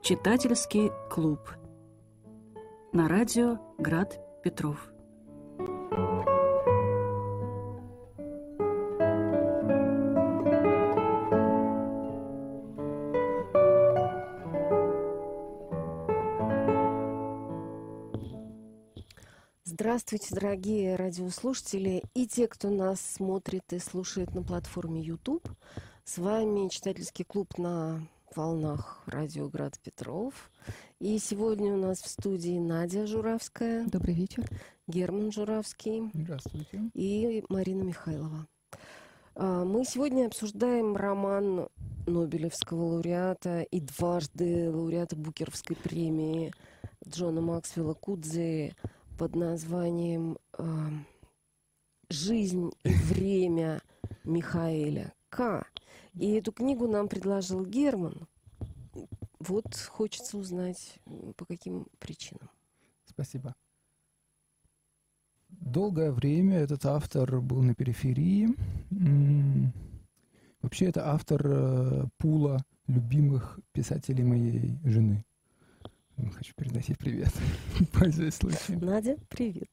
Читательский клуб на радио Град Петров. Здравствуйте, дорогие радиослушатели и те, кто нас смотрит и слушает на платформе YouTube. С вами читательский клуб на волнах радио Град Петров. И сегодня у нас в студии Надя Журавская. Добрый вечер. Герман Журавский. Здравствуйте. И Марина Михайлова. Мы сегодня обсуждаем роман Нобелевского лауреата и дважды лауреата Букеровской премии Джона Максвелла Кудзи под названием «Жизнь и время Михаэля К». И эту книгу нам предложил Герман. Вот хочется узнать, по каким причинам. Спасибо. Долгое время этот автор был на периферии. Вообще, это автор пула любимых писателей моей жены. Хочу передать ей привет, пользуясь случаем. Надя, привет.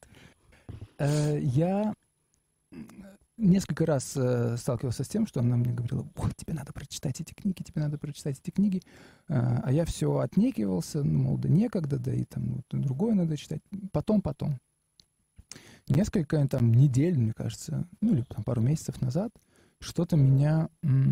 Я несколько раз сталкивался с тем, что она мне говорила: вот, тебе надо прочитать эти книги, тебе надо прочитать эти книги. А я все отнекивался, мол, да некогда, да и там вот, другое надо читать. Потом. Несколько там недель, мне кажется, ну или там, пару месяцев назад, что-то меня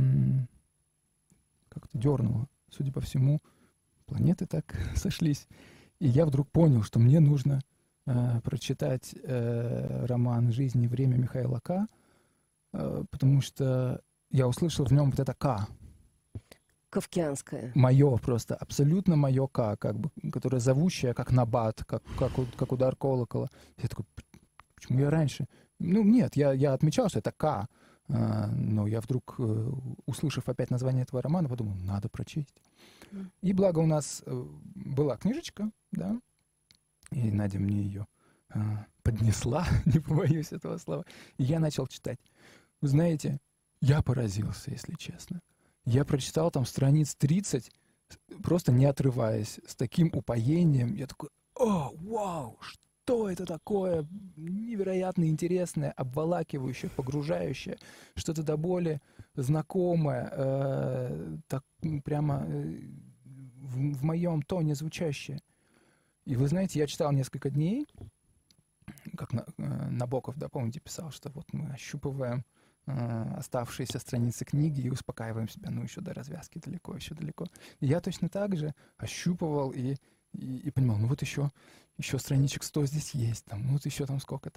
как-то дернуло. Судя по всему, планеты так сошлись. И я вдруг понял, что мне нужно прочитать роман «Жизнь и время» Михаэля К., потому что я услышал в нем вот это «К». Кавкианское. Мое просто, абсолютно мое «К», как бы, которое зовущее, как набат, как удар колокола. Я такой: почему я раньше? Ну, нет, я отмечал, что это «К», но я вдруг, услышав опять название этого романа, подумал, надо прочесть. И благо у нас была книжечка, да, и Надя мне ее поднесла, не побоюсь этого слова, и я начал читать. Вы знаете, я поразился, если честно. Я прочитал там страниц 30, просто не отрываясь, с таким упоением. Я такой: о, вау, что это такое невероятно интересное, обволакивающее, погружающее, что-то до боли знакомое, так прямо в моем тоне звучащее. И вы знаете, я читал несколько дней, как Набоков, да, помните, писал, что вот мы ощупываем оставшиеся страницы книги и успокаиваем себя, ну, еще до развязки далеко, еще далеко. И я точно так же ощупывал и понимал, ну, вот еще страничек 100 здесь есть, там, ну, вот еще там сколько-то.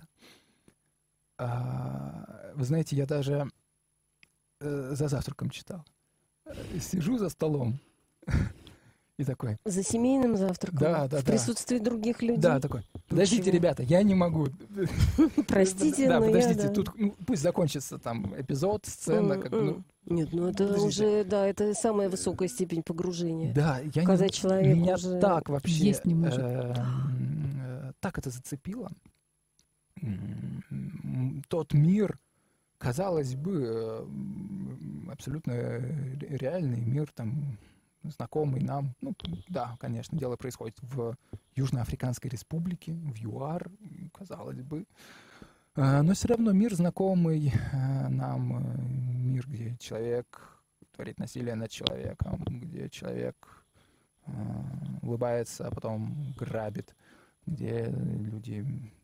Вы знаете, я даже за завтраком читал. Сижу за столом и такой... За семейным завтраком? Да. В присутствии других людей? Да, такой: подождите, ребята, я не могу. Простите, да, но подождите, я... тут пусть закончится там эпизод, сцена, как бы, ну... Нет, ну это уже, да, это самая высокая степень погружения. Да, когда человек меня уже так вообще... есть не может. Так это зацепило. Тот мир, казалось бы, абсолютно реальный мир, там, знакомый нам. Ну, да, конечно, дело происходит в Южноафриканской республике, в ЮАР, казалось бы. Но все равно мир знакомый нам, мир, где человек творит насилие над человеком, где человек улыбается, а потом грабит, где люди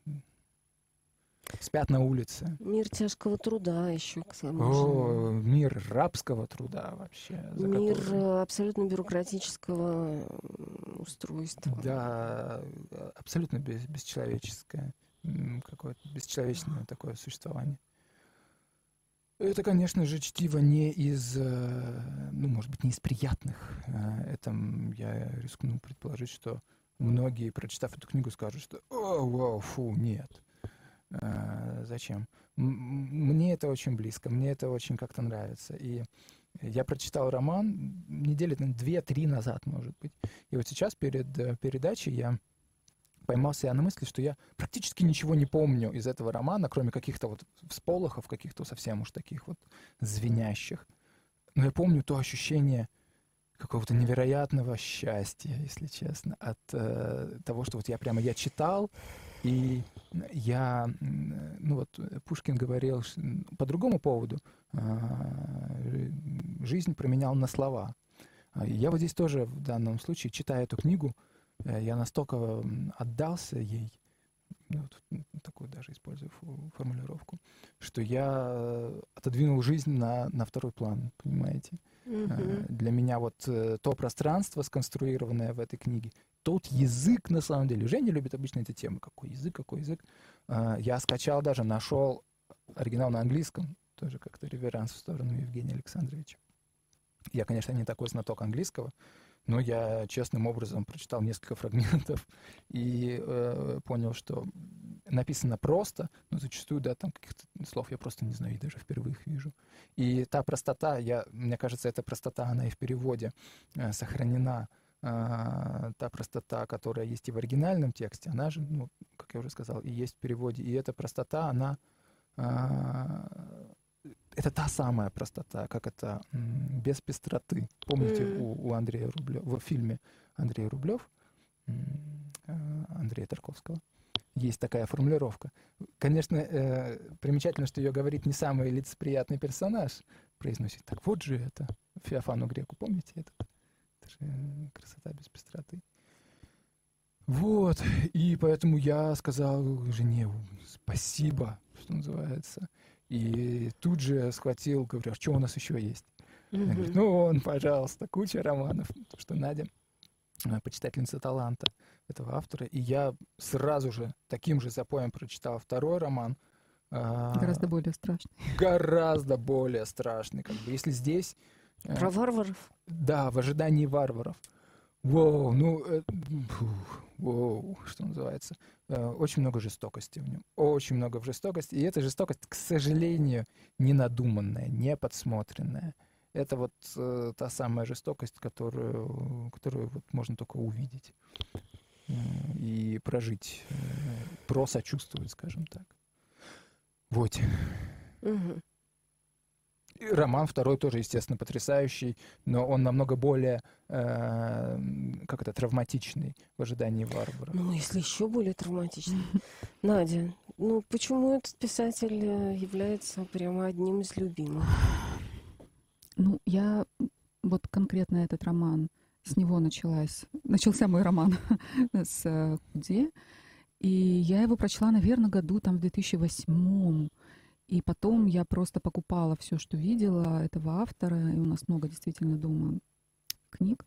спят на улице. Мир тяжкого труда еще, к тому же. Мир рабского труда вообще. Мир абсолютно бюрократического устройства. Да, абсолютно бесчеловеческое, какое-то бесчеловечное такое существование. Это, конечно же, чтиво не из, ну, может быть, не из приятных. Это я рискну предположить, что многие, прочитав эту книгу, скажут, что «О, фу, нет». Зачем? Мне это очень близко, мне это очень как-то нравится. И я прочитал роман недели 2-3 назад, может быть. И вот сейчас перед передачей я поймал себя на мысли, что я практически ничего не помню из этого романа, кроме каких-то вот всполохов, каких-то совсем уж таких вот звенящих. Но я помню то ощущение, какого-то невероятного счастья, если честно, от того, что вот я читал, и я, ну вот Пушкин говорил по другому поводу, жизнь променял на слова. Я вот здесь тоже в данном случае, читая эту книгу, я настолько отдался ей, вот такую даже использую формулировку, что я отодвинул жизнь на второй план, понимаете? Для меня вот то пространство, сконструированное в этой книге, тот язык, на самом деле, Женя любит обычно эти темы, какой язык. Я скачал даже, нашел оригинал на английском, тоже как-то реверанс в сторону Евгения Александровича. Я, конечно, не такой знаток английского, но я честным образом прочитал несколько фрагментов и понял, что написано просто, но зачастую, да, там каких-то слов я просто не знаю, и даже впервые их вижу. И та простота, мне кажется, эта простота, она и в переводе сохранена. Та простота, которая есть и в оригинальном тексте, она же, ну, как я уже сказал, и есть в переводе. И эта простота, она... это та самая простота, как это без пестроты. Помните, у Андрея Рублева, в фильме Андрей Рублев, Андрея Тарковского, есть такая формулировка. Конечно, примечательно, что ее говорит не самый лицеприятный персонаж, произносит. Так вот же это, Феофану Греку, помните этот? Это же красота без пестроты. Вот, и поэтому я сказал жене спасибо, что называется. И тут же схватил, говорю, а что у нас еще есть? Она говорит, ну, пожалуйста, куча романов. Потому что Надя, почитательница таланта этого автора. И я сразу же таким же запоем прочитал второй роман. Гораздо более страшный. Гораздо более страшный. Как бы, если здесь... Про варваров? Да, в ожидании варваров. Воу, что называется. Очень много жестокости в нем. Очень много жестокости. И эта жестокость, к сожалению, не надуманная, не подсмотренная. Это вот та самая жестокость, которую вот можно только увидеть и прожить, просочувствовать, скажем так. Вот. Роман второй тоже, естественно, потрясающий, но он намного более, травматичный в ожидании варвара. Ну, если еще более травматичный. Надя, ну почему этот писатель является прямо одним из любимых? Ну, я вот конкретно этот роман, с него начался мой роман с Куде, и я его прочла, наверное, году там в 2008. И потом я просто покупала все, что видела этого автора, и у нас много действительно дома книг.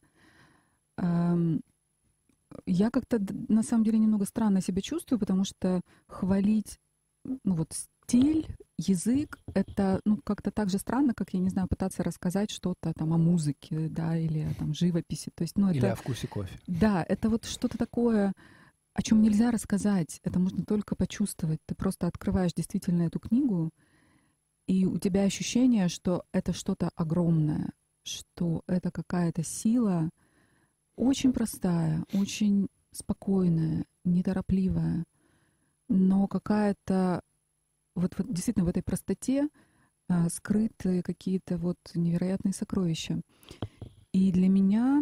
Я как-то, на самом деле, немного странно себя чувствую, потому что хвалить, ну вот, стиль, язык, это, ну, как-то так же странно, как, я не знаю, пытаться рассказать что-то там о музыке, да, или там живописи. То есть, ну, это... Или о вкусе кофе. Да, это вот что-то такое, о чем нельзя рассказать, это можно только почувствовать. Ты просто открываешь действительно эту книгу, и у тебя ощущение, что это что-то огромное, что это какая-то сила очень простая, очень спокойная, неторопливая, но какая-то вот действительно в этой простоте скрыты какие-то вот невероятные сокровища. И для меня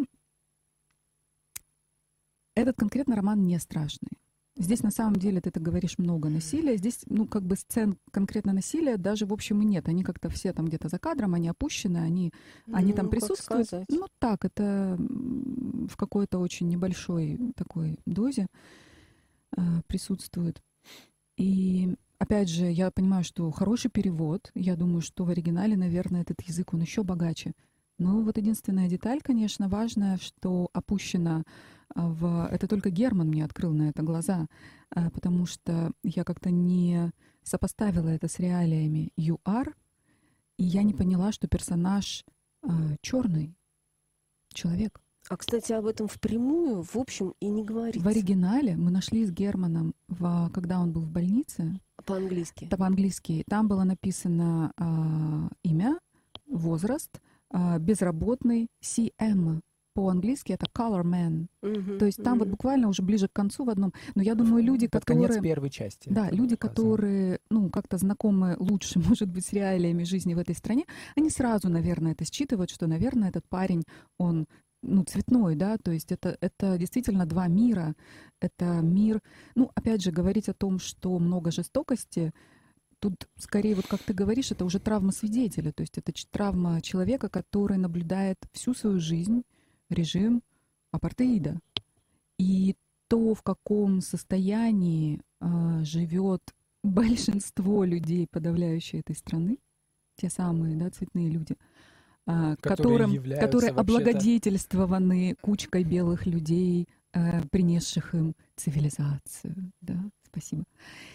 этот конкретно роман не страшный. Здесь на самом деле, ты говоришь, много насилия. Здесь, ну, как бы сцен конкретно насилия даже, в общем, и нет. Они как-то все там где-то за кадром, они опущены, они там присутствуют. Ну, так, это в какой-то очень небольшой такой дозе присутствует. И, опять же, я понимаю, что хороший перевод. Я думаю, что в оригинале, наверное, этот язык, он еще богаче. Но вот единственная деталь, конечно, важная, что опущена это только Герман мне открыл на это глаза, потому что я как-то не сопоставила это с реалиями ЮАР, и я не поняла, что персонаж черный человек. А, кстати, об этом впрямую, в общем, и не говорится. В оригинале мы нашли с Германом, когда он был в больнице. По-английски. Да, по-английски. Там было написано имя, возраст, безработный, CM. По-английски это color man. То есть там вот буквально уже ближе к концу в одном. Но я думаю, люди, которые... Под конец первой части. Да, люди, которые, ну, как-то знакомы лучше, может быть, с реалиями жизни в этой стране, они сразу, наверное, это считывают, что, наверное, этот парень, он цветной, да, то есть это действительно два мира. Это мир, опять же, говорить о том, что много жестокости, тут скорее, вот как ты говоришь, это уже травма свидетеля, то есть это травма человека, который наблюдает всю свою жизнь режим апартеида. И то, в каком состоянии живет большинство людей, подавляющие этой страны, те самые, да, цветные люди, которые облагодетельствованы кучкой белых людей, принесших им цивилизацию. Да? Спасибо.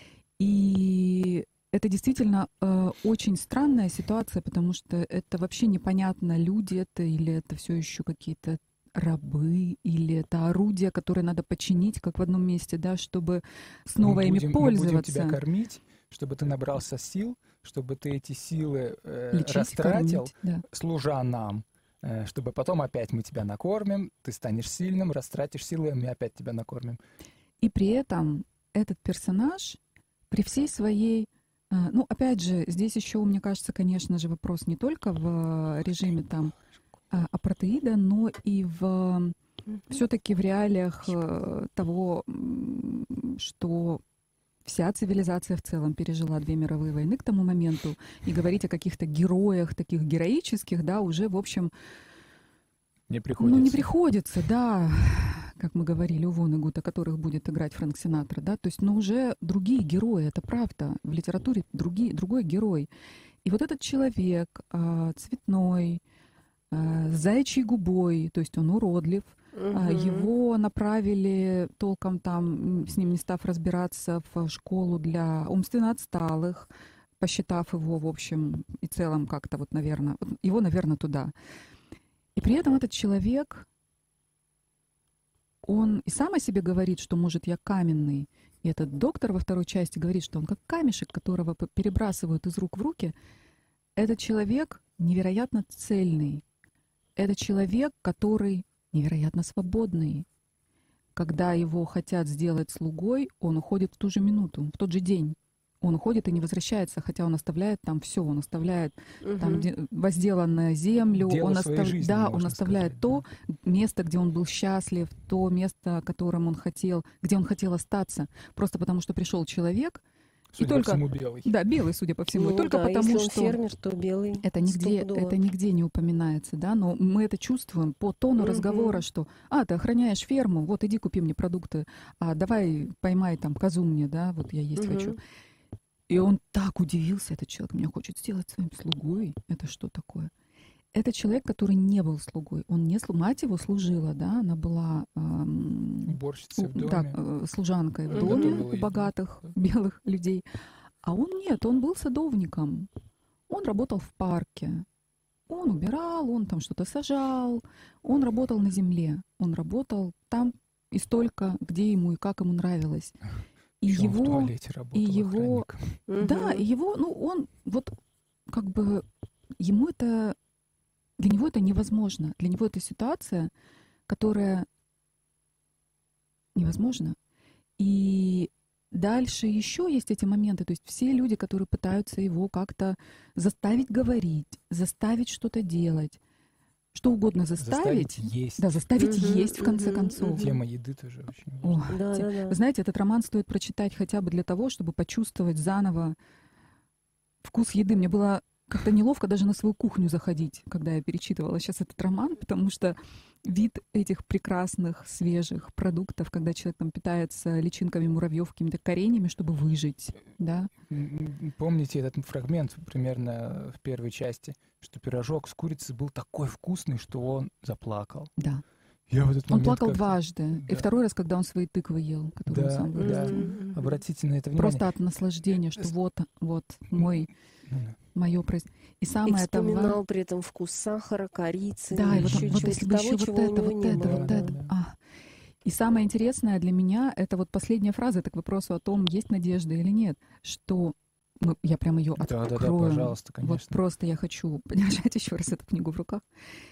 И это действительно очень странная ситуация, потому что это вообще непонятно, люди это или это все еще какие-то рабы, или это орудия, которые надо починить, как в одном месте, да, чтобы снова ими пользоваться. Мы будем тебя кормить, чтобы ты набрался сил, чтобы ты эти силы лечить, растратил, кормить, да. служа нам, чтобы потом опять мы тебя накормим, ты станешь сильным, растратишь силы, мы опять тебя накормим. И при этом этот персонаж при всей своей... опять же, здесь еще, мне кажется, конечно же, вопрос не только в режиме там апартеида, но и все-таки в реалиях того, что вся цивилизация в целом пережила 2 мировые войны к тому моменту, и говорить о каких-то героях таких героических, да, уже, в общем... Не приходится. Не приходится, да, как мы говорили у Вонегута, которых будет играть Фрэнк Синатра, да, то есть, уже другие герои, это правда, в литературе другой герой. И вот этот человек цветной, с заячьей губой, то есть он уродлив, его направили, толком там, с ним не став разбираться, в школу для умственно отсталых, посчитав его, в общем и целом как-то вот, наверное, его, наверное, туда. И при этом этот человек, он и сам о себе говорит, что, может, я каменный. И этот доктор во второй части говорит, что он как камешек, которого перебрасывают из рук в руки. Этот человек невероятно цельный. Это человек, который невероятно свободный. Когда его хотят сделать слугой, он уходит в ту же минуту, в тот же день. Он уходит и не возвращается, хотя он оставляет там все, он оставляет там возделанную землю, он оставляет сказать, то место, где он был счастлив, то место, которым он хотел, где он хотел остаться, просто потому что пришел человек. Судя по всему, белый. Да, белый, судя по всему. Только да, потому, если он что фермер, то белый. это нигде не упоминается, да, но мы это чувствуем по тону разговора, что ты охраняешь ферму, вот иди купи мне продукты, давай поймай там козу мне, да, вот я есть хочу. И он так удивился, этот человек, меня хочет сделать своим слугой. Это что такое? Это человек, который не был слугой. Он не мать его служила, да, она была уборщицей в доме. Да, служанкой в доме у богатых белых людей. А он нет, он был садовником. Он работал в парке. Он убирал, он там что-то сажал. Он работал на земле. Он работал там и столько, где ему и как ему нравилось. И в его, туалете работал охранником. Да, и его, он вот как бы ему это, для него это невозможно. Для него это ситуация, которая невозможна. И дальше еще есть эти моменты. То есть все люди, которые пытаются его как-то заставить говорить, заставить что-то делать, что угодно заставить есть. Да, заставить есть, в конце концов. Тема еды тоже очень важна. Вы знаете, этот роман стоит прочитать хотя бы для того, чтобы почувствовать заново вкус еды. Мне было как-то неловко даже на свою кухню заходить, когда я перечитывала сейчас этот роман, потому что вид этих прекрасных, свежих продуктов, когда человек там питается личинками муравьев, какими-то коренями, чтобы выжить, да. Помните этот фрагмент примерно в первой части, что пирожок с курицей был такой вкусный, что он заплакал. Да. Он плакал дважды. Да. И второй раз, когда он свои тыквы ел, которые он сам вырастил. Да. Обратите на это внимание. Просто от наслаждения, что вот мое производство. И самое вспоминал при этом вкус сахара, корицы, да, и еще вот если бы еще вот это. И самое интересное для меня, это вот последняя фраза, это к вопросу о том, есть надежда или нет, что я прямо ее открою. Да, пожалуйста, конечно. Вот просто я хочу подержать еще раз эту книгу в руках.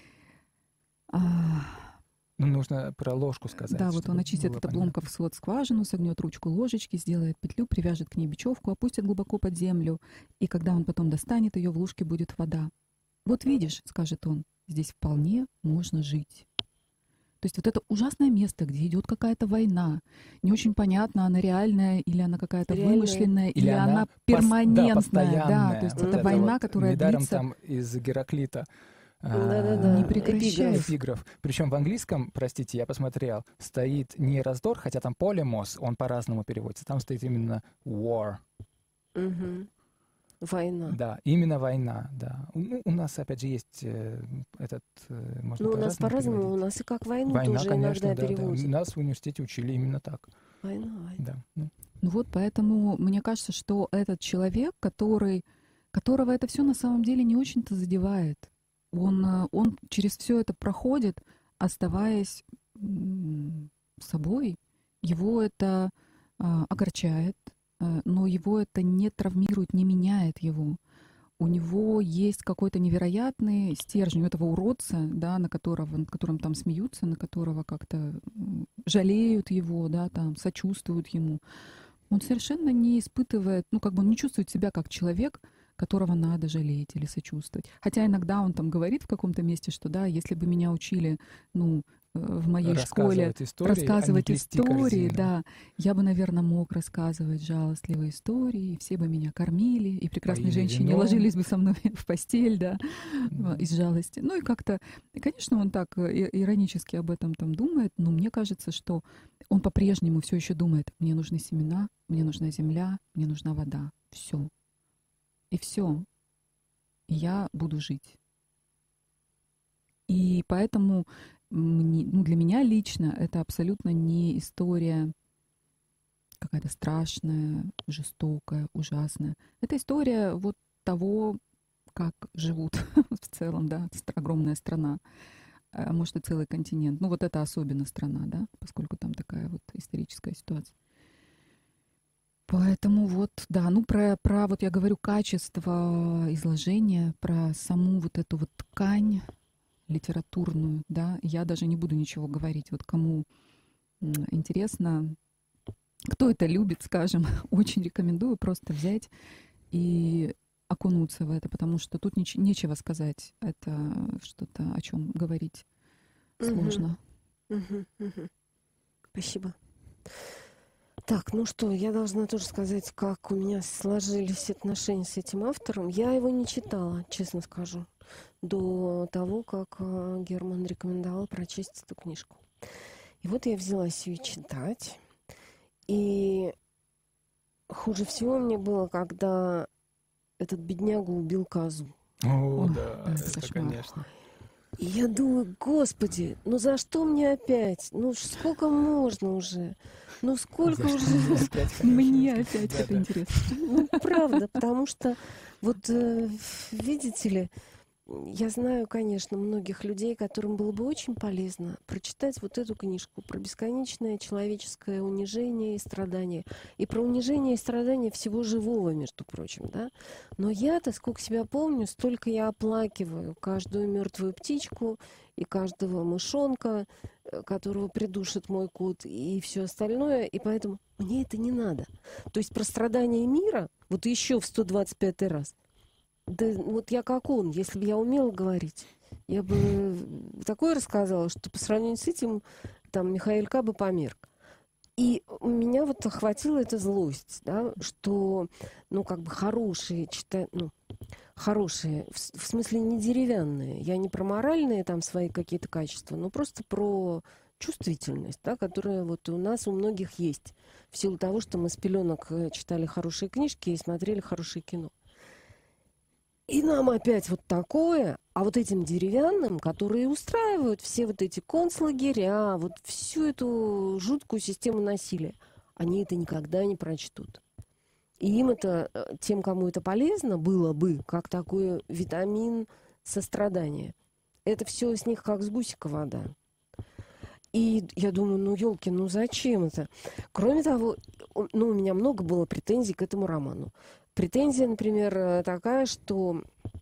Нужно про ложку сказать. Да, вот он очистит от обломков свод скважину, согнет ручку ложечки, сделает петлю, привяжет к ней бечевку, опустит глубоко под землю, и когда он потом достанет ее, в лужке будет вода. «Вот видишь, — скажет он, — здесь вполне можно жить». То есть вот это ужасное место, где идет какая-то война, не очень понятно, она реальная или она какая-то вымышленная, или она перманентная. Постоянная. То есть Вот это война, вот, которая недаром длится... там из Гераклита Да-да-да. Не прекращается. эпиграф. Причем в английском, простите, я посмотрел, стоит не раздор, хотя там полемос, он по-разному переводится. Там стоит именно war. Мгм. Война. Да, именно война, да. Ну, у нас, опять же, есть можно Ну, у нас по-разному, у переводить. нас и как войну Война, тоже конечно, иногда да, да. переводят. Нас в университете учили именно так. Война, война. Да. Ну, Ну вот поэтому мне кажется, что этот человек, которого это все на самом деле не очень-то задевает, он через все это проходит, оставаясь собой. Его это огорчает, но его это не травмирует, не меняет его. У него есть какой-то невероятный стержень у этого уродца, да, над которым там смеются, на которого как-то жалеют его, да, там сочувствуют ему. Он совершенно не испытывает, ну, как бы он не чувствует себя как человек, которого надо жалеть или сочувствовать. Хотя иногда он там говорит в каком-то месте, что да, если бы меня учили, ну, в моей школе рассказывать истории, да, я бы, наверное, мог рассказывать жалостливые истории, и все бы меня кормили, и прекрасные Поили женщины вином. ложились бы со мной в постель, да, из жалости. Ну и как-то, и, конечно, он так иронически об этом там думает, но мне кажется, что он по-прежнему все еще думает: мне нужны семена, мне нужна земля, мне нужна вода, все. И все. И я буду жить. И поэтому для меня лично это абсолютно не история какая-то страшная, жестокая, ужасная. Это история вот того, как живут в целом, да, огромная страна, может, и целый континент. Ну, вот это особенно страна, да, поскольку там такая вот историческая ситуация. Поэтому вот, да, ну про вот я говорю качество изложения, про саму вот эту вот ткань литературную, да, я даже не буду ничего говорить. Вот кому интересно, кто это любит, скажем, очень рекомендую просто взять и окунуться в это, потому что тут нечего сказать. Это что-то, о чем говорить сложно. Спасибо. Так, ну что, я должна тоже сказать, как у меня сложились отношения с этим автором. Я его не читала, честно скажу, до того, как Герман рекомендовал прочесть эту книжку. И вот я взялась ее читать. И хуже всего мне было, когда этот бедняга убил козу. О, да, это это, кошмар. конечно. И я думаю: господи, ну за что мне опять? Ну сколько можно уже? Ну сколько За что уже? мне опять, конечно. Мне опять Да, это да. интересно. Ну правда, потому что вот видите ли, я знаю, конечно, многих людей, которым было бы очень полезно прочитать вот эту книжку про бесконечное человеческое унижение и страдание. И про унижение и страдание всего живого, между прочим, да. Но я-то, сколько себя помню, столько я оплакиваю каждую мертвую птичку и каждого мышонка, которого придушит мой кот, и все остальное. И поэтому мне это не надо. То есть про страдания мира, вот еще в 125-й раз, да вот я как он, если бы я умела говорить, я бы такое рассказала, что по сравнению с этим там Михаил К. бы померк. И меня вот охватила эта злость, да, что, ну, как бы хорошие, хорошие, в смысле не деревянные, я не про моральные там свои какие-то качества, но просто про чувствительность, да, которая вот у нас у многих есть, в силу того, что мы с пеленок читали хорошие книжки и смотрели хорошее кино. И нам опять вот такое, а вот этим деревянным, которые устраивают все вот эти концлагеря, вот всю эту жуткую систему насилия, они это никогда не прочтут. И им это, тем, кому это полезно было бы, как такой витамин сострадания. Это все с них как с гусика вода. И я думаю, ну, елки, ну зачем это? Кроме того, ну, у меня много было претензий к этому роману. Претензия, например, такая, что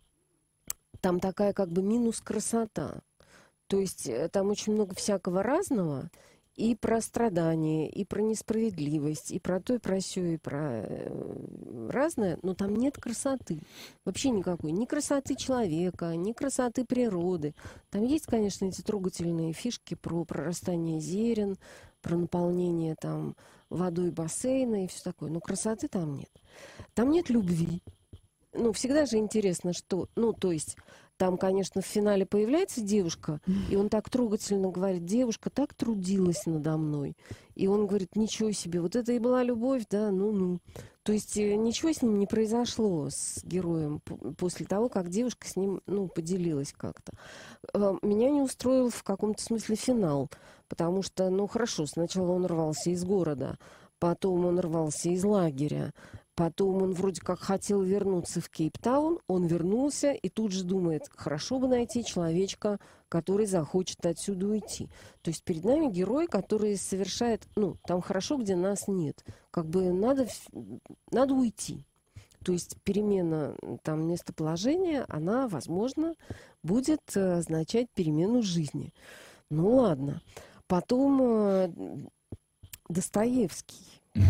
там такая как бы минус красота. То есть там очень много всякого разного, и про страдания, и про несправедливость, и про то, и про сё, и про разное, но там нет красоты. Вообще никакой. Ни красоты человека, ни красоты природы. Там есть, конечно, эти трогательные фишки про прорастание зерен, про наполнение там водой бассейна и все такое. Но красоты там нет. Там нет любви. Ну, всегда же интересно, что... Ну, то есть, там, конечно, в финале появляется девушка, и он так трогательно говорит: девушка так трудилась надо мной. И он говорит: ничего себе, вот это и была любовь, да, ну-ну. То есть, ничего с ним не произошло, с героем, после того, как девушка с ним, ну, поделилась как-то. Меня не устроил в каком-то смысле финал, потому что, ну, хорошо, сначала он рвался из города, потом он рвался из лагеря, потом он вроде как хотел вернуться в Кейптаун, он вернулся и тут же думает: хорошо бы найти человечка, который захочет отсюда уйти. То есть перед нами герой, который совершает, ну, там хорошо, где нас нет. Как бы надо уйти. То есть перемена там местоположения, она, возможно, будет означать перемену жизни. Ну ладно. Потом Достоевский.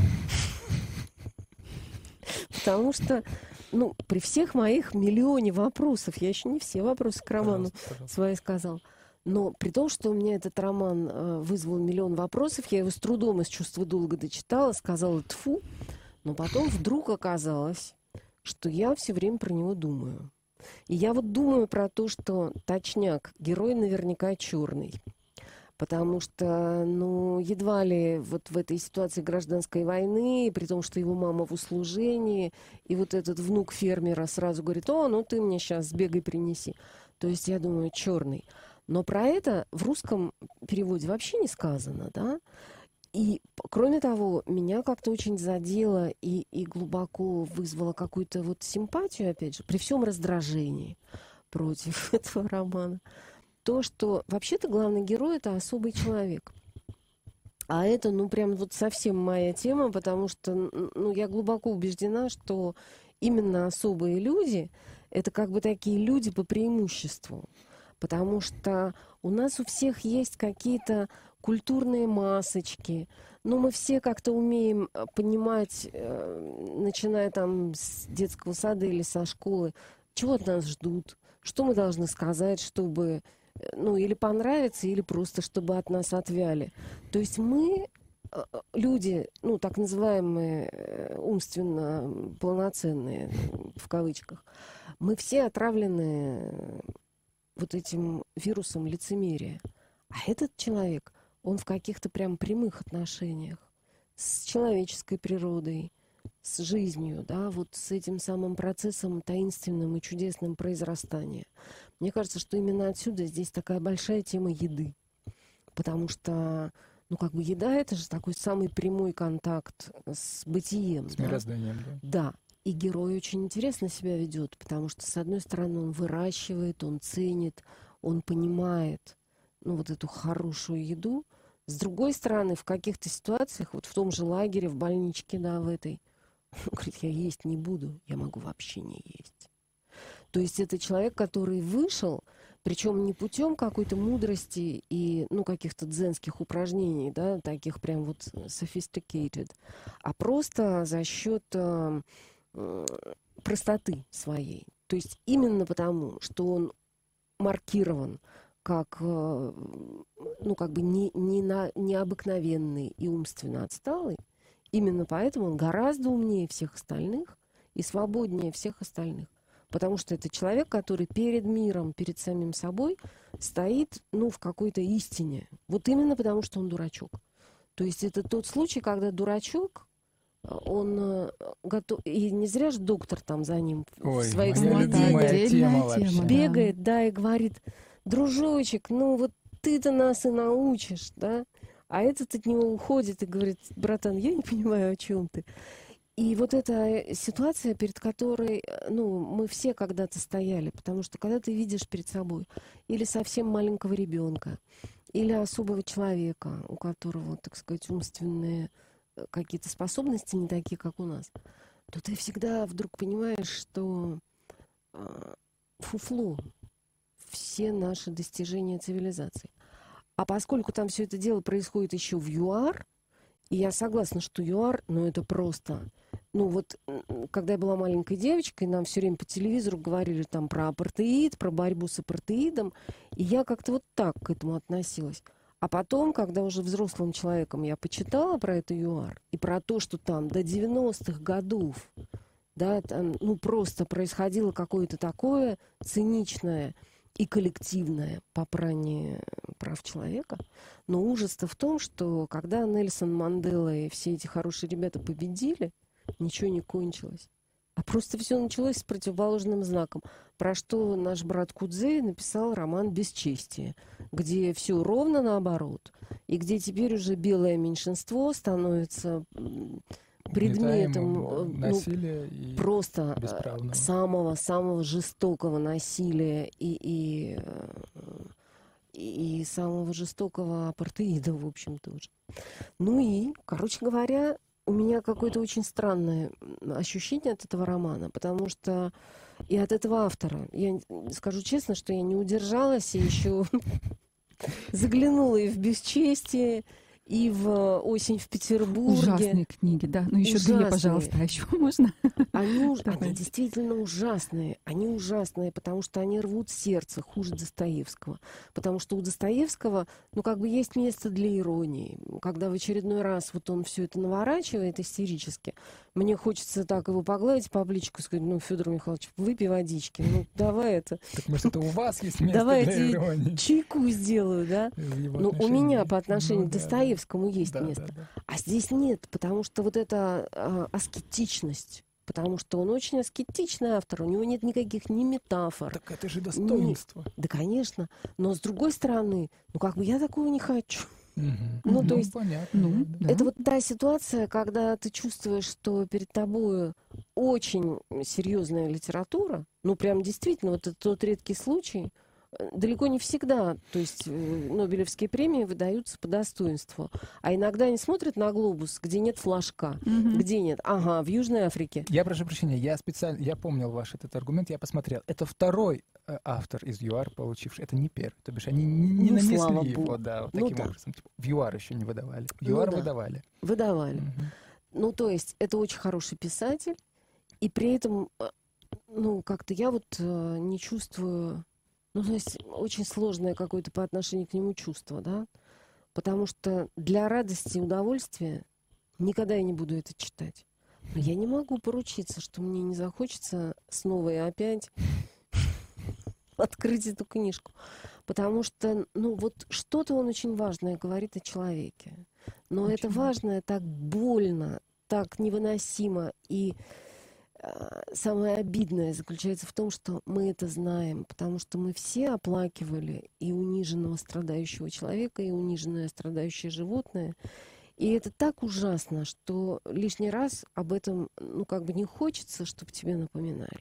Потому что, ну, при всех моих миллионе вопросов, я еще не все вопросы к роману свои сказал, но при том, что у меня этот роман вызвал миллион вопросов, я его с трудом из чувства долга дочитала, сказала тфу, но потом вдруг оказалось, что я все время про него думаю. И я вот думаю про то, что точняк, герой наверняка черный. Потому что, ну, едва ли вот в этой ситуации гражданской войны, при том, что его мама в услужении, и вот этот внук фермера сразу говорит: о, ну ты мне сейчас сбегай, принеси. То есть я думаю, черный. Но про это в русском переводе вообще не сказано, да? И, кроме того, меня как-то очень задело и глубоко вызвало какую-то вот симпатию, опять же, при всем раздражении против этого романа. То, что вообще-то главный герой — это особый человек. А это, ну, прям вот совсем моя тема, потому что, ну, я глубоко убеждена, что именно особые люди — это как бы такие люди по преимуществу. Потому что у нас у всех есть какие-то культурные масочки, но мы все как-то умеем понимать, начиная там с детского сада или со школы, чего от нас ждут, что мы должны сказать, чтобы... ну, или понравится, или просто чтобы от нас отвяли. То есть мы, люди, ну, так называемые умственно полноценные, в кавычках, мы все отравлены вот этим вирусом лицемерия. А этот человек, он в каких-то прям прямых отношениях с человеческой природой, с жизнью, да, вот с этим самым процессом таинственным и чудесным произрастания. Мне кажется, что именно отсюда здесь такая большая тема еды. Потому что, ну, как бы еда — это же такой самый прямой контакт с бытием. С мирозданием, да. Да. И герой очень интересно себя ведет, потому что, с одной стороны, он выращивает, он ценит, он понимает, ну, вот эту хорошую еду. С другой стороны, в каких-то ситуациях, вот в том же лагере, в больничке, да, в этой, он говорит: я есть не буду, я могу вообще не есть. То есть это человек, который вышел, причем не путем какой-то мудрости и, ну, каких-то дзенских упражнений, да, таких прям вот sophisticated, а просто за счет простоты своей. То есть именно потому, что он маркирован как, ну, как бы необыкновенный и умственно отсталый, именно поэтому он гораздо умнее всех остальных и свободнее всех остальных. Потому что это человек, который перед миром, перед самим собой стоит, ну, в какой-то истине. Вот именно потому, что он дурачок. То есть это тот случай, когда дурачок, он готов... И не зря же доктор там за ним в своих любимая бегает, да, и говорит: дружочек, ну вот ты-то нас и научишь, да? А этот от него уходит и говорит: братан, я не понимаю, о чем ты. И вот эта ситуация, перед которой, ну, мы все когда-то стояли, потому что когда ты видишь перед собой или совсем маленького ребенка, или особого человека, у которого, так сказать, умственные какие-то способности не такие, как у нас, то ты всегда вдруг понимаешь, что фуфло все наши достижения цивилизации. А поскольку там все это дело происходит еще в ЮАР, и я согласна, что ЮАР, ну это просто... Ну вот, когда я была маленькой девочкой, нам все время по телевизору говорили там про апартеид, про борьбу с апартеидом, и я как-то вот так к этому относилась. А потом, когда уже взрослым человеком я почитала про это ЮАР, и про то, что там до 90-х годов, да, там, ну просто происходило какое-то такое циничное и коллективное попрание прав человека. Но ужас-то в том, что когда Нельсон Мандела и все эти хорошие ребята победили, ничего не кончилось. А просто все началось с противоположным знаком. Про что наш брат Кудзей написал роман «Бесчестие», где все ровно наоборот. И где теперь уже белое меньшинство становится предметом насилия и просто бесправного. самого жестокого насилия и самого жестокого апартеида, в общем, тоже. Ну и, короче говоря, у меня какое-то очень странное ощущение от этого романа, потому что и от этого автора. Я скажу честно, что я не удержалась и еще заглянула и в «Бесчестие», и в «Осень в Петербурге». Ужасные книги, да. Ну еще две, пожалуйста, а еще можно? Они действительно ужасные. Они ужасные, потому что они рвут сердце хуже Достоевского. Потому что у Достоевского, ну, как бы есть место для иронии. Когда в очередной раз вот он все это наворачивает истерически, мне хочется так его погладить по плечику и сказать: ну, Федор Михайлович, выпей водички, ну, давай это... Так, может, это у вас есть место давай для иронии? Давай чайку сделаю, да? Ну, у меня по отношению к Достоевскому есть место. А здесь нет, потому что вот эта аскетичность, потому что он очень аскетичный автор, у него нет никаких ни метафор. Так это же достоинство. Да, конечно. Но с другой стороны, ну как бы я такого не хочу. Ну, то есть, понятно. Это вот та ситуация, когда ты чувствуешь, что перед тобой очень серьезная литература, ну прям действительно, вот это тот редкий случай. Далеко не всегда, то есть Нобелевские премии выдаются по достоинству. А иногда они смотрят на глобус, где нет флажка, где нет. Ага, в Южной Африке. Я прошу прощения, я помнил ваш этот аргумент, я посмотрел. Это второй автор из ЮАР, получивший. Это не первый. То бишь они не нанесли его, да, вот таким образом. Типа, в ЮАР еще не выдавали. В ЮАР выдавали. Выдавали. Ну, то есть это очень хороший писатель, и при этом, ну, как-то я вот не чувствую... Ну, то есть очень сложное какое-то по отношению к нему чувство, да? Потому что для радости и удовольствия никогда я не буду это читать. Но я не могу поручиться, что мне не захочется снова и опять открыть эту книжку. Потому что, ну, вот что-то он очень важное говорит о человеке. Но очень это важное так больно, так невыносимо. И самое обидное заключается в том, что мы это знаем, потому что мы все оплакивали и униженного страдающего человека, и униженное страдающее животное. И это так ужасно, что лишний раз об этом, ну, как бы не хочется, чтобы тебе напоминали.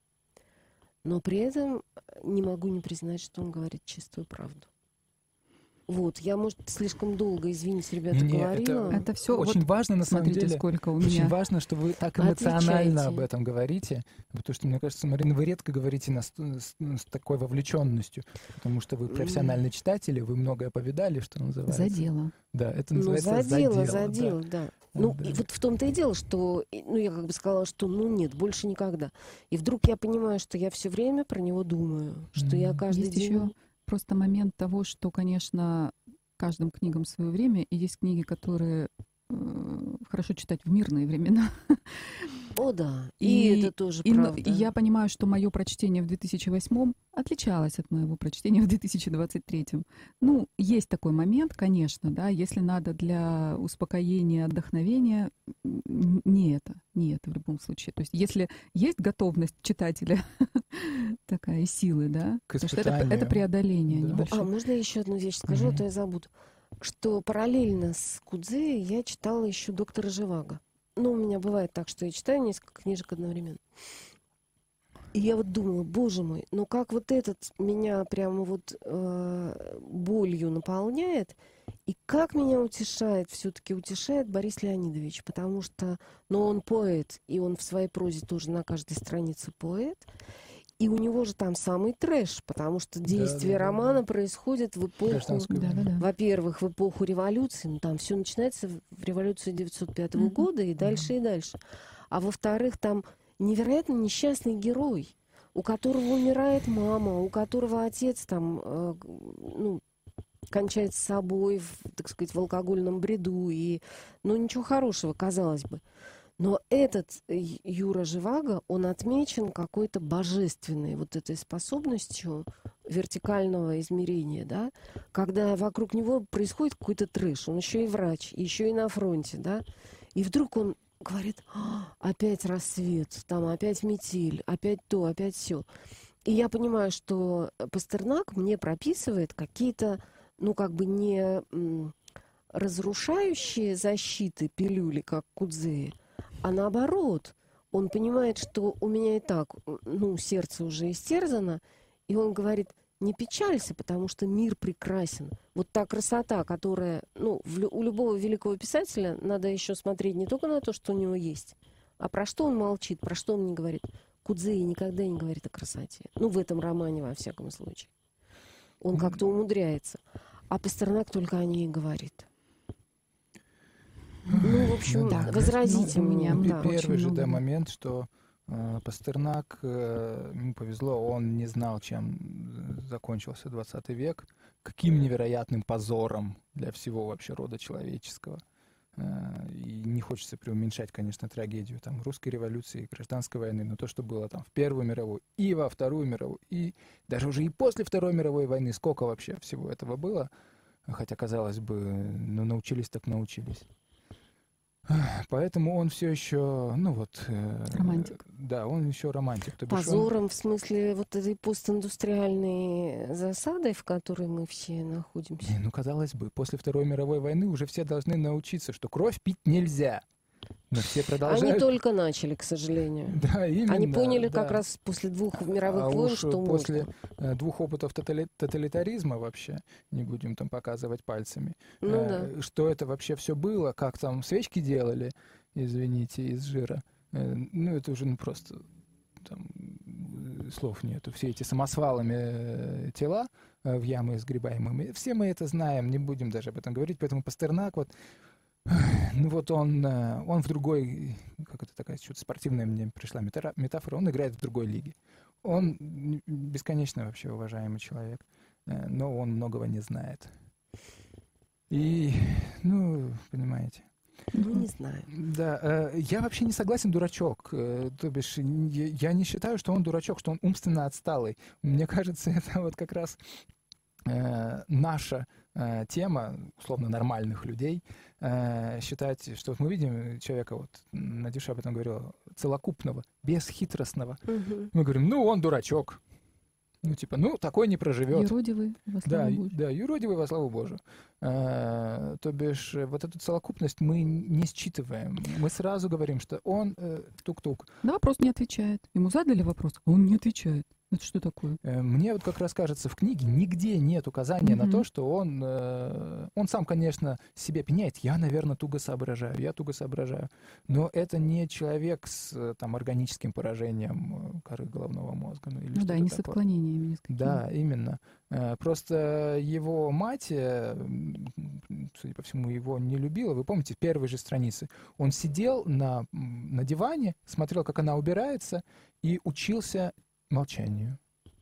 Но при этом не могу не признать, что он говорит чистую правду. Вот, я, может, слишком долго, извините, ребята, говорила. Это все очень вот, важно, на самом деле. Сколько у меня. Очень важно, что вы так эмоционально об этом говорите. Потому что, мне кажется, Марина, вы редко говорите с такой вовлеченностью. Потому что вы профессиональный читатель, вы многое повидали, что называется. За дело. Да, это называется за дело. Да. Ну, и вот в том-то и дело, что, ну, я как бы сказала, что, ну, нет, больше никогда. И вдруг я понимаю, что я все время про него думаю, что я каждый Есть день... еще просто момент того, что, конечно, каждым книгам свое время, и есть книги, которые хорошо читать в мирные времена. О, да, и это тоже правда. И я понимаю, что мое прочтение в 2008 отличалось от моего прочтения в 2023. Ну, есть такой момент, конечно, да, если надо для успокоения, отдохновения, не это в любом случае. То есть если есть готовность читателя такая и силы, да, потому что это преодоление небольшое. А можно я еще одну вещь скажу, а то я забуду. Что параллельно с Кудзей я читала еще «Доктора Живаго». Ну, у меня бывает так, что я читаю несколько книжек одновременно. И я вот думала, боже мой, ну как вот этот меня прямо вот болью наполняет, и как меня все-таки утешает Борис Леонидович, потому что, ну, он поэт, и он в своей прозе тоже на каждой странице поэт. И у него же там самый трэш, потому что действие Да. романа происходит в эпоху, Гражданскую войну. Да-да-да. во-первых, в эпоху революции, ну там все начинается в революции 1905 Мгм. года и дальше, и дальше. А во-вторых, там невероятно несчастный герой, у которого умирает мама, у которого отец там, ну, кончает с собой, так сказать, в алкогольном бреду, и, ну, ничего хорошего, казалось бы. Но этот Юра Живаго, он отмечен какой-то божественной вот этой способностью вертикального измерения, да, когда вокруг него происходит какой-то трэш, он еще и врач, еще и на фронте, да, и вдруг он говорит: опять рассвет, там опять метель, опять то, опять все. И я понимаю, что Пастернак мне прописывает какие-то, ну, как бы не разрушающие защиты пилюли, как Кудзея, а наоборот, он понимает, что у меня и так, ну, сердце уже истерзано, и он говорит: не печалься, потому что мир прекрасен. Вот та красота, которая, ну, у любого великого писателя надо еще смотреть не только на то, что у него есть, а про что он молчит, про что он не говорит. Кудзей никогда не говорит о красоте. Ну, в этом романе, во всяком случае. Он как-то умудряется. А Пастернак только о ней и говорит. Ну, в общем, Да. возразите Ну, у мне. меня Да. Первый же, много. да, момент, что Пастернак, ему повезло, он не знал, чем закончился 20 век, каким невероятным позором для всего вообще рода человеческого. И не хочется преуменьшать, конечно, трагедию там русской революции, гражданской войны, но то, что было там в Первую мировую и во Вторую мировую, и даже уже и после Второй мировой войны, сколько вообще всего этого было, хотя, казалось бы, ну, научились так научились. Поэтому он все еще, ну вот... Романтик. Да, он еще романтик. То бишь он- Позором в смысле вот этой постиндустриальной засады, в которой мы все находимся. Ну, казалось бы, после Второй мировой войны уже все должны научиться, что кровь пить нельзя. Но все Они продолжают... только начали, к сожалению. Да, именно. Они поняли да. как раз после 2 мировых А войн, уж что после можно. 2 опытов тоталитаризма вообще, не будем там показывать пальцами, Ну да. что это вообще все было, как там свечки делали, извините, из жира. Ну, это уже ну, просто там, слов нету. Все эти самосвалами тела в ямы сгребаемыми, все мы это знаем, не будем даже об этом говорить, поэтому Пастернак вот ну вот он в другой, как это такая что-то спортивная мне пришла метафора, он играет в другой лиге. Он бесконечно вообще уважаемый человек, но он многого не знает. И, ну, понимаете. Ну, не знаю. Да, я вообще не согласен, дурачок. То бишь, я не считаю, что он дурачок, что он умственно отсталый. Мне кажется, это вот как раз наша тема, условно, нормальных людей, считать, что вот мы видим человека, вот Надюша об этом говорила, целокупного, бесхитростного. Мгм. Мы говорим, ну, он дурачок. Ну, типа, ну, такой не проживет. Юродивый, во Да, славу Божию. да, юродивый во славу Божию. То бишь, вот эту целокупность мы не считываем. Мы сразу говорим, что он тук-тук. На вопрос не отвечает. Ему задали вопрос, а он не отвечает. Это что такое? Мне вот как раз кажется, в книге нигде нет указания на Мгм. то, что он сам, конечно, себе пеняет. Я, наверное, туго соображаю. Но это не человек с там органическим поражением коры головного мозга. Ну, или Ну да, что-то и не с такое. отклонениями ни с какими. Да, именно. Просто его мать, судя по всему, его не любила. Вы помните, первые же страницы. Он сидел на диване, смотрел, как она убирается, и учился молчанию.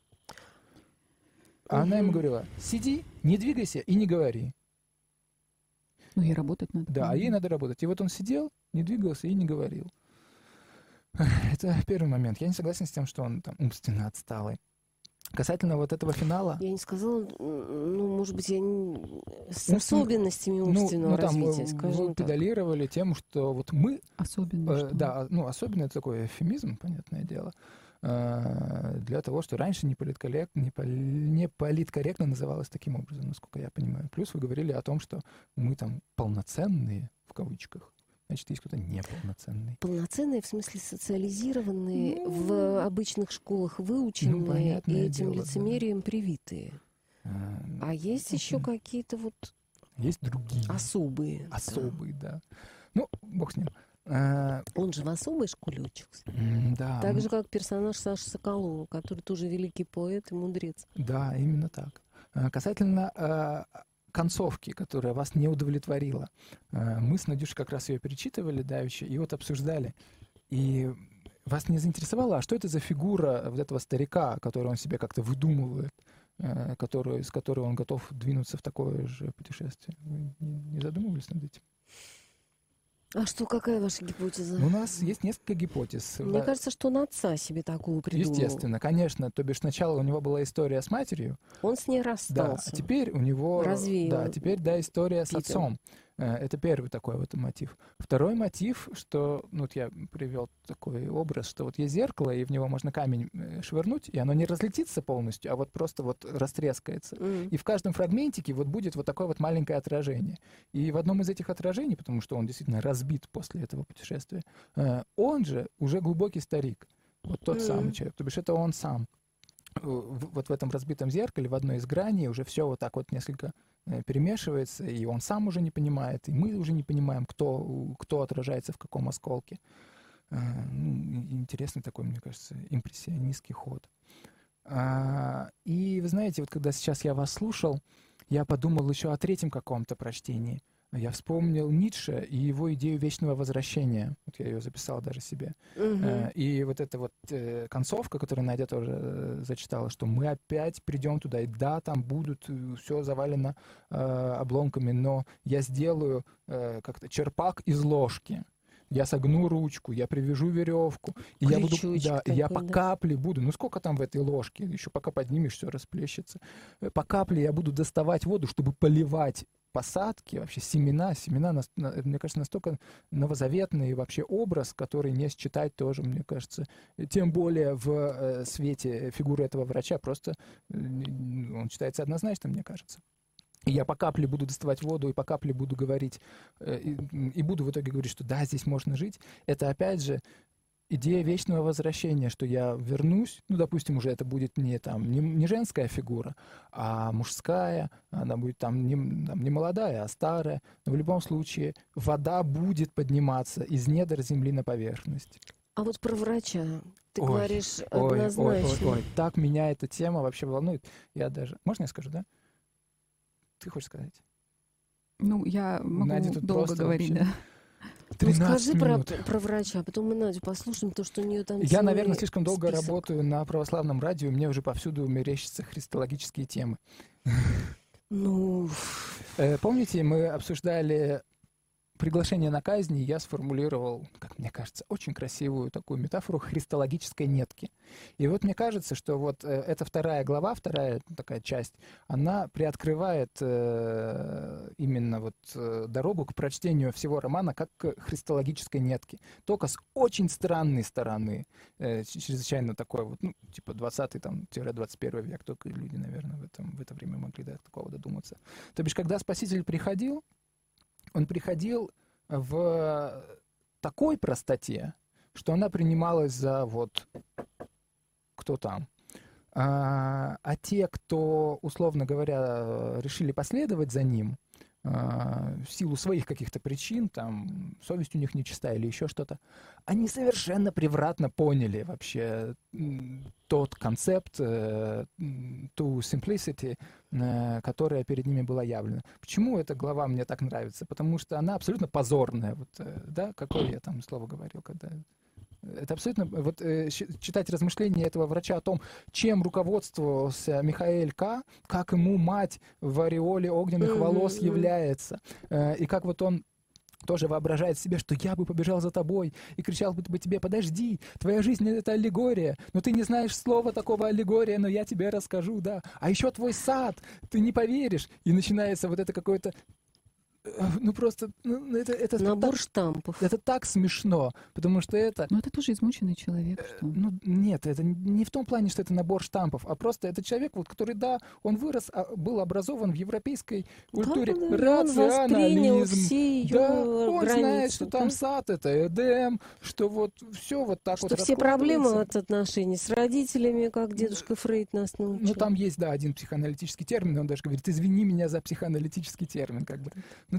А она ему Мгм. говорила: сиди, не двигайся и не говори. Ну, ей работать надо. Да, а ей надо работать. И вот он сидел, не двигался и не говорил. Это первый момент. Я не согласен с тем, что он там умственно отсталый. Касательно вот этого финала... Я не сказала, ну, может быть, я с Ну, особенностями умственного там развития, вы скажем так. педалировали тему, что вот мы... Особенно. что- да, ну, особенно это такой эвфемизм, понятное дело, для того, что раньше не политкорректно называлось таким образом, насколько я понимаю. Плюс вы говорили о том, что мы там полноценные, в кавычках. Значит, есть кто-то неполноценный. Полноценные, в смысле социализированные, Ну, в обычных школах выученные и понятное этим дело, да. лицемерием привитые. А есть еще Мгм. какие-то вот Есть другие. особые. Особый, да. Ну, бог с ним. Он же в особой школе учился. Да. Так же, как персонаж Саши Соколова, который тоже великий поэт и мудрец. Да, именно так. Касательно концовки, которая вас не удовлетворила. Мы с Надюшей как раз ее перечитывали давеча и вот обсуждали. И вас не заинтересовало, а что это за фигура вот этого старика, которую он себе как-то выдумывает, с которой он готов двинуться в такое же путешествие? Вы не задумывались над этим? А что, какая ваша гипотеза? У нас есть несколько гипотез. Мне кажется, что он отца себе такого придумал. Естественно, конечно. То бишь сначала у него была история с матерью. Он с ней Да, расстался. а теперь у него... Развеял. Да, теперь, да, история с Пита. отцом. Это первый такой вот мотив. Второй мотив, что, ну, вот я привел такой образ, что вот есть зеркало, и в него можно камень швырнуть, и оно не разлетится полностью, а вот просто вот растрескается. И в каждом фрагментике вот будет вот такое вот маленькое отражение. И в одном из этих отражений, потому что он действительно разбит после этого путешествия, он же уже глубокий старик. Вот тот самый человек. То бишь это он сам. Вот в этом разбитом зеркале, в одной из граней уже все вот так вот несколько перемешивается, и он сам уже не понимает, и мы уже не понимаем, кто отражается в каком осколке. Интересный такой, мне кажется, импрессионистский ход. И вы знаете, вот когда сейчас я вас слушал, я подумал еще о третьем каком-то прочтении. Я вспомнил Ницше и его идею вечного возвращения. Вот я ее записал даже себе. И вот эта вот концовка, которую Надя тоже зачитала, что мы опять придем туда, и да, там будут все завалено обломками, но я сделаю как-то черпак из ложки. Я согну ручку, я привяжу веревку, и я буду, да, такой, я по капле буду. Ну сколько там в этой ложке? Еще пока поднимешь, все расплещется. По капле я буду доставать воду, чтобы поливать посадки, вообще семена, мне кажется, настолько новозаветный вообще образ, который не считать тоже, мне кажется, тем более в свете фигуры этого врача, просто он считается однозначным, мне кажется. И я по капле буду доставать воду, и по капле буду говорить, и буду в итоге говорить, что да, здесь можно жить. Это опять же идея вечного возвращения, что я вернусь, ну, допустим, уже это будет не женская фигура, а мужская, она будет не молодая, а старая, но в любом случае вода будет подниматься из недр земли на поверхность. А вот про врача ты говоришь однозначно. Ой, так меня эта тема вообще волнует. Я даже... Можно я скажу, да? Ты хочешь сказать? Ну, я могу долго говорить, да. Ну, скажи про врача, а потом мы Надю послушаем, потому что у нее там Я, наверное, слишком долго работаю на православном радио, мне уже повсюду мерещатся христологические темы. Ну... Помните, мы обсуждали приглашение на казнь, и я сформулировал, как мне кажется, очень красивую такую метафору христологической нетки. И вот мне кажется, что вот эта вторая глава, вторая такая часть, она приоткрывает именно вот дорогу к прочтению всего романа как к христологической нетке. Только с очень странной стороны, чрезвычайно такой вот, ну, типа 20-21 век, только люди, наверное, в это время могли до такого додуматься. То бишь, когда Спаситель приходил, он приходил в такой простоте, что она принималась за вот кто там. А те, кто, условно говоря, решили последовать за ним в силу своих каких-то причин, там, совесть у них нечиста или еще что-то, они совершенно превратно поняли вообще тот концепт, ту simplicity, которая перед ними была явлена. Почему эта глава мне так нравится? Потому что она абсолютно позорная. Вот, да, какое я там слово говорил, когда... Это абсолютно... Вот читать размышления этого врача о том, чем руководствовался Михаэль К., как ему мать в ореоле огненных волос является, и как вот он тоже воображает себе, что я бы побежал за тобой и кричал бы тебе: подожди, твоя жизнь — это аллегория, но ты не знаешь слова такого аллегория, но я тебе расскажу, да. А еще твой сад, ты не поверишь. И начинается вот это какое-то... Ну просто, это набор так, штампов. Это так смешно, потому что это... Ну это тоже измученный человек. Что? Ну нет, это не в том плане, что это набор штампов, а просто это человек, вот, который, да, он вырос, был образован в европейской культуре, да, рационализм. Все да, он границы, знает, что там сад — это Эдем, что вот все вот так что вот все проблемы от отношений с родителями, как дедушка Фрейд нас научил. Ну там есть, да, один психоаналитический термин, он даже говорит: извини меня за психоаналитический термин, как бы. Ну,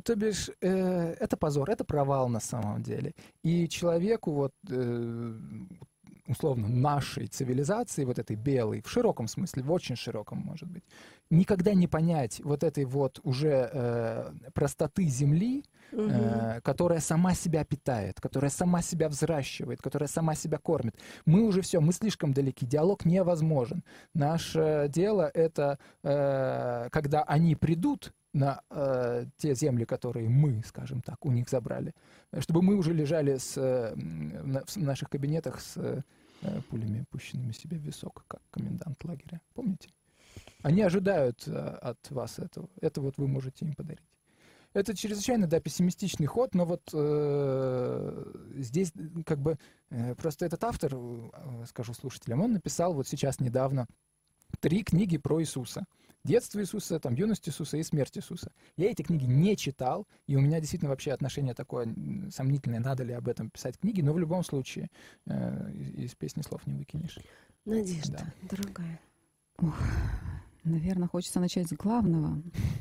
то бишь, это позор, это провал на самом деле. И человеку вот, условно, нашей цивилизации, вот этой белой, в широком смысле, в очень широком, может быть, никогда не понять вот этой вот уже простоты Земли, которая сама себя питает, которая сама себя взращивает, которая сама себя кормит. Мы уже все, мы слишком далеки, диалог невозможен. Наше дело — это когда они придут на те земли, которые мы, скажем так, у них забрали, чтобы мы уже лежали в наших кабинетах с пулями, пущенными себе в висок, как комендант лагеря. Помните? Они ожидают от вас этого. Это вот вы можете им подарить. Это чрезвычайно, да, пессимистичный ход, но вот здесь как бы просто этот автор, скажу слушателям, он написал вот сейчас недавно 3 книги про Иисуса. Детство Иисуса, там, юность Иисуса и смерть Иисуса. Я эти книги не читал, и у меня действительно вообще отношение такое сомнительное, надо ли об этом писать книги, но в любом случае из песни слов не выкинешь. Надежда, дорогая. Наверное, хочется начать с главного.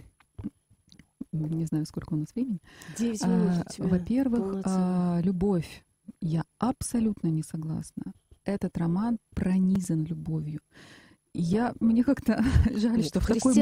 Не знаю, сколько у нас времени. 9 минут у тебя. Во-первых, любовь. Я абсолютно не согласна. Этот роман пронизан любовью. Мне как-то жаль, что в такой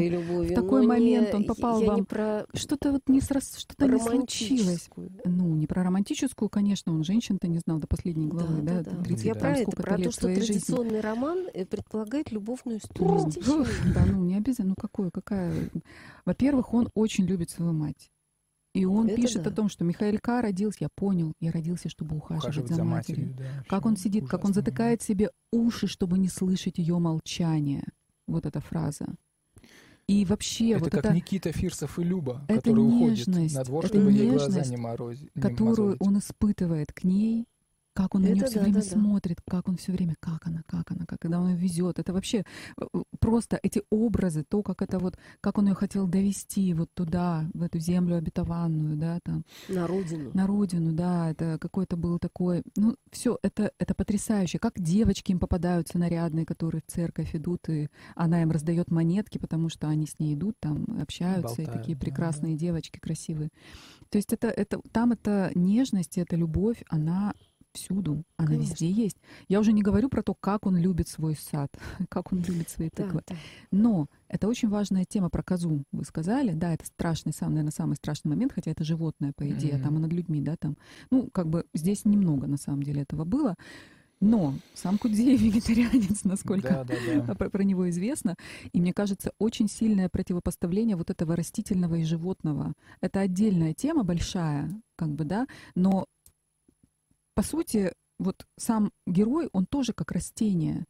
момент он попал вам. Что-то вот не случилось. Ну, не про романтическую, конечно, он женщин-то не знал до последней главы, да? 30, я про это, про то, что традиционный жизни. роман предполагает любовную историю. Да, ну не обязательно. Ну какая? Во-первых, он очень любит свою мать. И он пишет о том, что Михаил К. родился, я понял, я родился, чтобы ухаживать за матерью. Да, как он сидит, ужасно, как он затыкает себе уши, чтобы не слышать ее молчание. Вот эта фраза. И вообще это вот как это... Никита Фирсов и Люба, который уходит на двор, чтобы ей глаза не морозить. Которую он испытывает к ней, как он на нее все время смотрит, как он все время, как она, когда он ее везет. Это вообще просто эти образы, то, как это вот, как он ее хотел довести вот туда, в эту землю обетованную, да, там. На родину. На родину, да, это какой-то был такой, ну, все, это потрясающе. Как девочки им попадаются нарядные, которые в церковь идут, и она им раздает монетки, потому что они с ней идут, там, общаются, болтают, и такие прекрасные девочки, красивые. То есть там эта нежность, эта любовь, она всюду, она везде есть. Я уже не говорю про то, как он любит свой сад, как он любит свои тыквы. Да. Но это очень важная тема про козу, вы сказали. Да, это страшный, наверное, самый страшный момент, хотя это животное, по идее, там и над людьми, да, там. Ну, как бы здесь немного, на самом деле, этого было. Но сам Кудзеев вегетарианец, насколько про него известно. И мне кажется, очень сильное противопоставление вот этого растительного и животного. Это отдельная тема, большая, как бы, да, но по сути, вот сам герой, он тоже как растение.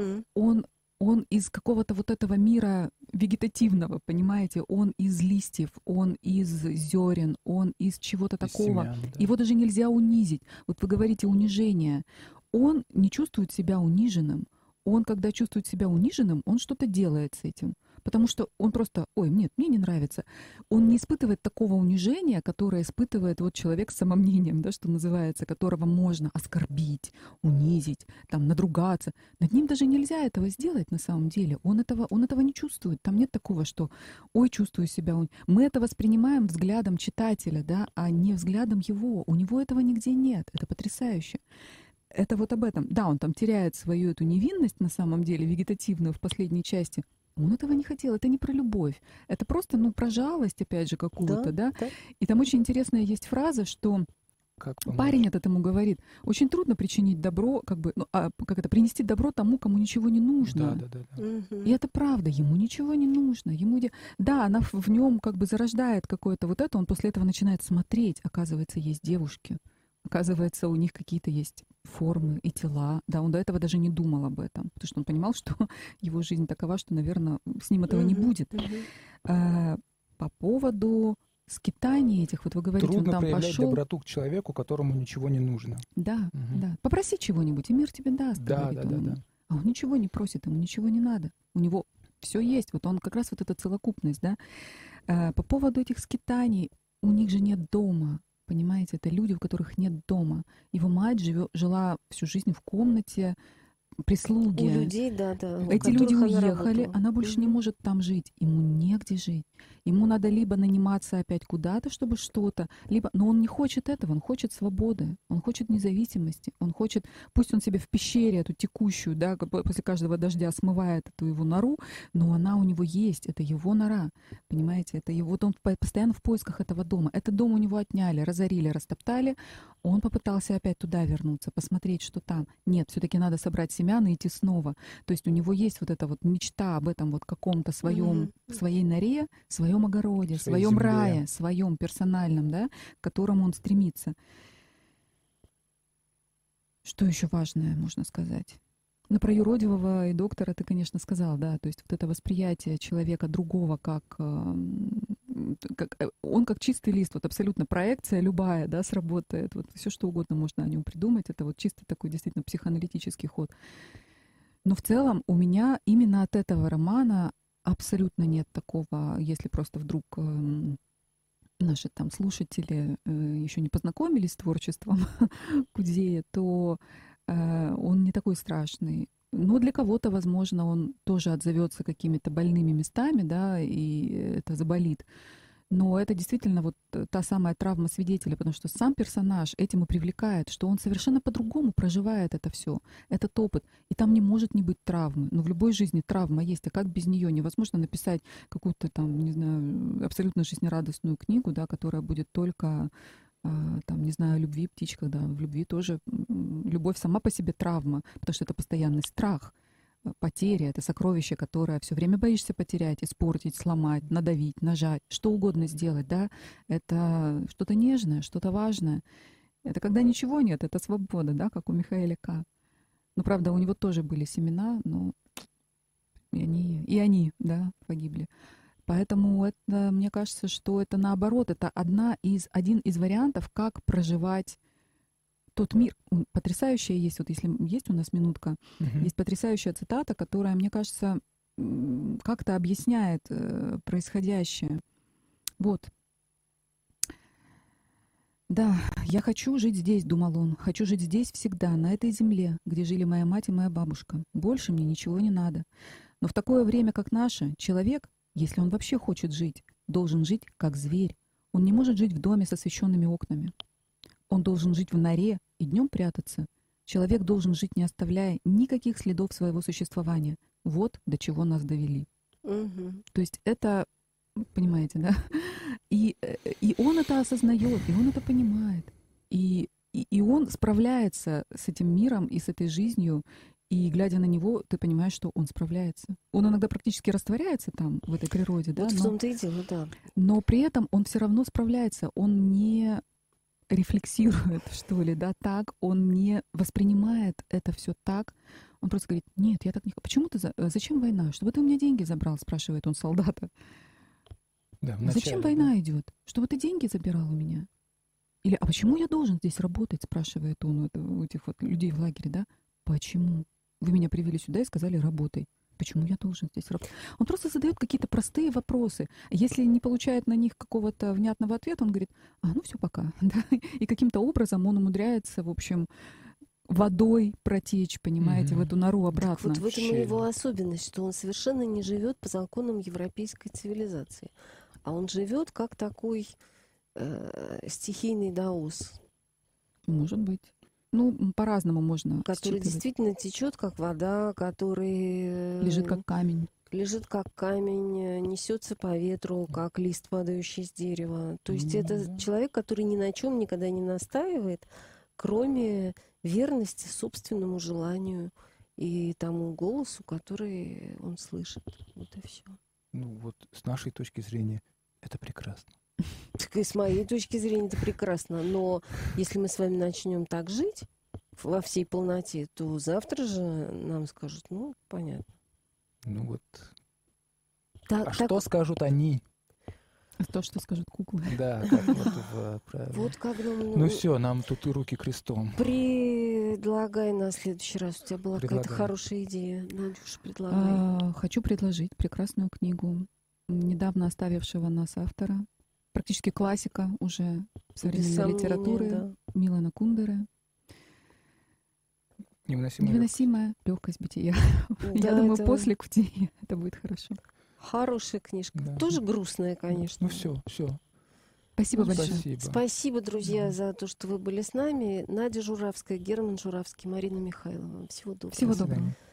Он из какого-то вот этого мира вегетативного, понимаете? Он из листьев, он из зерен, он из чего-то такого. Семян, да. Его даже нельзя унизить. Вот вы говорите унижение. Он не чувствует себя униженным. Он, когда чувствует себя униженным, он что-то делает с этим. Потому что он просто, нет, мне не нравится. Он не испытывает такого унижения, которое испытывает вот человек с самомнением, да, что называется, которого можно оскорбить, унизить, там, надругаться. Над ним даже нельзя этого сделать на самом деле. Он этого не чувствует. Там нет такого, что, чувствую себя. Мы это воспринимаем взглядом читателя, да, а не взглядом его. У него этого нигде нет. Это потрясающе. Это вот об этом. Да, он там теряет свою эту невинность, на самом деле, вегетативную в последней части. Он этого не хотел. Это не про любовь. Это просто, про жалость, опять же, какую-то, да? И там очень интересная есть фраза, что парень этот ему говорит, очень трудно причинить добро, принести добро тому, кому ничего не нужно. Да. И это правда, ему ничего не нужно. Да, она в нем как бы зарождает какое-то вот это, он после этого начинает смотреть, оказывается, есть девушки. Оказывается, у них какие-то есть формы и тела. Да, он до этого даже не думал об этом, потому что он понимал, что его жизнь такова, что, наверное, с ним этого не будет. По поводу скитаний этих, вот вы говорите, трудно он там проявлять пошел. Доброту к человеку, которому ничего не нужно. Да, да. Попроси чего-нибудь, и мир тебе даст. Да. А он ничего не просит, ему ничего не надо. У него все есть. Вот он как раз вот эта целокупность, да. По поводу этих скитаний, у них же нет дома. Понимаете, это люди, у которых нет дома. Его мать жила всю жизнь в комнате, прислуги. У людей, да. у Эти люди которых она уехали, работала. она больше не может там жить. Ему негде жить. Ему надо либо наниматься опять куда-то, чтобы что-то, либо... Но он не хочет этого, он хочет свободы, он хочет независимости, он хочет... Пусть он себе в пещере эту текущую, да, после каждого дождя смывает эту его нору, но она у него есть, это его нора, понимаете? Это его... Вот он постоянно в поисках этого дома. Этот дом у него отняли, разорили, растоптали. Он попытался опять туда вернуться, посмотреть, что там. Нет, все-таки надо собрать семян и идти снова. То есть у него есть вот эта вот мечта об этом вот каком-то своем, своей норе, своем огороде, своем земле. рае, своем персональном, да, к которому он стремится. Что еще важное можно сказать? Ну, про юродивого и доктора ты, конечно, сказал, да, то есть вот это восприятие человека другого как он как чистый лист, вот абсолютно проекция любая, да, сработает, вот все что угодно можно о нем придумать, это вот чисто такой действительно психоаналитический ход. Но в целом у меня именно от этого романа абсолютно нет такого, если просто вдруг наши там слушатели еще не познакомились с творчеством Кудзея, то он не такой страшный. Но для кого-то, возможно, он тоже отзовется какими-то больными местами, да, и это заболит. Но это действительно вот та самая травма свидетеля, потому что сам персонаж этим и привлекает, что он совершенно по-другому проживает это все, этот опыт. И там не может не быть травмы. Но в любой жизни травма есть, а как без нее? Невозможно написать какую-то там, не знаю, абсолютно жизнерадостную книгу, да, которая будет только там, не знаю, о любви, птичках, да, в любви тоже любовь сама по себе травма, потому что это постоянный страх, потеря, это сокровище, которое все время боишься потерять, испортить, сломать, надавить, нажать, что угодно сделать, да, это что-то нежное, что-то важное. Это когда ничего нет, это свобода, да, как у Михаэля К. Ну, правда, у него тоже были семена, но и они, да, погибли. Поэтому это, мне кажется, что это наоборот, это один из вариантов, как проживать тот мир. Потрясающая есть, вот если есть у нас минутка, есть потрясающая цитата, которая, мне кажется, как-то объясняет происходящее. Вот. «Да, я хочу жить здесь», — думал он, — «хочу жить здесь всегда, на этой земле, где жили моя мать и моя бабушка. Больше мне ничего не надо. Но в такое время, как наше, человек, если он вообще хочет жить, должен жить как зверь. Он не может жить в доме с освещенными окнами. Он должен жить в норе и днем прятаться. Человек должен жить, не оставляя никаких следов своего существования. Вот до чего нас довели». То есть это, понимаете, да? И он это осознает, и он это понимает. И он справляется с этим миром и с этой жизнью. И, глядя на него, ты понимаешь, что он справляется. Он иногда практически растворяется там, в этой природе, да? Вот в том-то и дело, да. Но при этом он все равно справляется. Он не рефлексирует, что ли, да, так. Он не воспринимает это все так. Он просто говорит: нет, я так не хочу. Почему зачем война? Чтобы ты у меня деньги забрал, спрашивает он солдата. Да, Зачем война идет? Чтобы ты деньги забирал у меня? Или, а почему я должен здесь работать, спрашивает он у этих вот людей в лагере, да? Почему? Вы меня привели сюда и сказали: работай. Почему я должен здесь работать? Он просто задает какие-то простые вопросы. Если не получает на них какого-то внятного ответа, он говорит: ну все, пока. Да? И каким-то образом он умудряется, в общем, водой протечь, понимаете, в эту нору обратно. Так вот в этом и его особенность, что он совершенно не живет по законам европейской цивилизации, а он живет как такой стихийный даос. Может быть. Ну, по-разному можно Который считывать. действительно течет как вода, который Лежит как камень. Лежит как камень, несется по ветру, как лист, падающий с дерева. То есть это человек, который ни на чем никогда не настаивает, кроме верности собственному желанию и тому голосу, который он слышит. Вот и все. Ну вот с нашей точки зрения это прекрасно. Так и с моей точки зрения это прекрасно. Но если мы с вами начнем так жить во всей полноте, то завтра же нам скажут: ну, понятно. Ну вот. Так, что скажут они? То, что скажут куклы. Да, как вот вот как нам... Ну все, нам тут и руки крестом. Предлагай на следующий раз. У тебя была какая-то хорошая идея. Надюша, предлагай. Хочу предложить прекрасную книгу недавно оставившего нас автора. Практически классика уже современной литературы. Да. Милана Кундеры. Невыносимая легкость бытия. Да, Я думаю, это после Кутии это будет хорошо. хорошая книжка. Да. Тоже грустная, конечно. Ну все. Спасибо большое. Спасибо. Спасибо, друзья, Да. за то, что вы были с нами. Надя Журавская, Герман Журавский, Марина Михайлова. Всего доброго. Всего До доброго. свидания.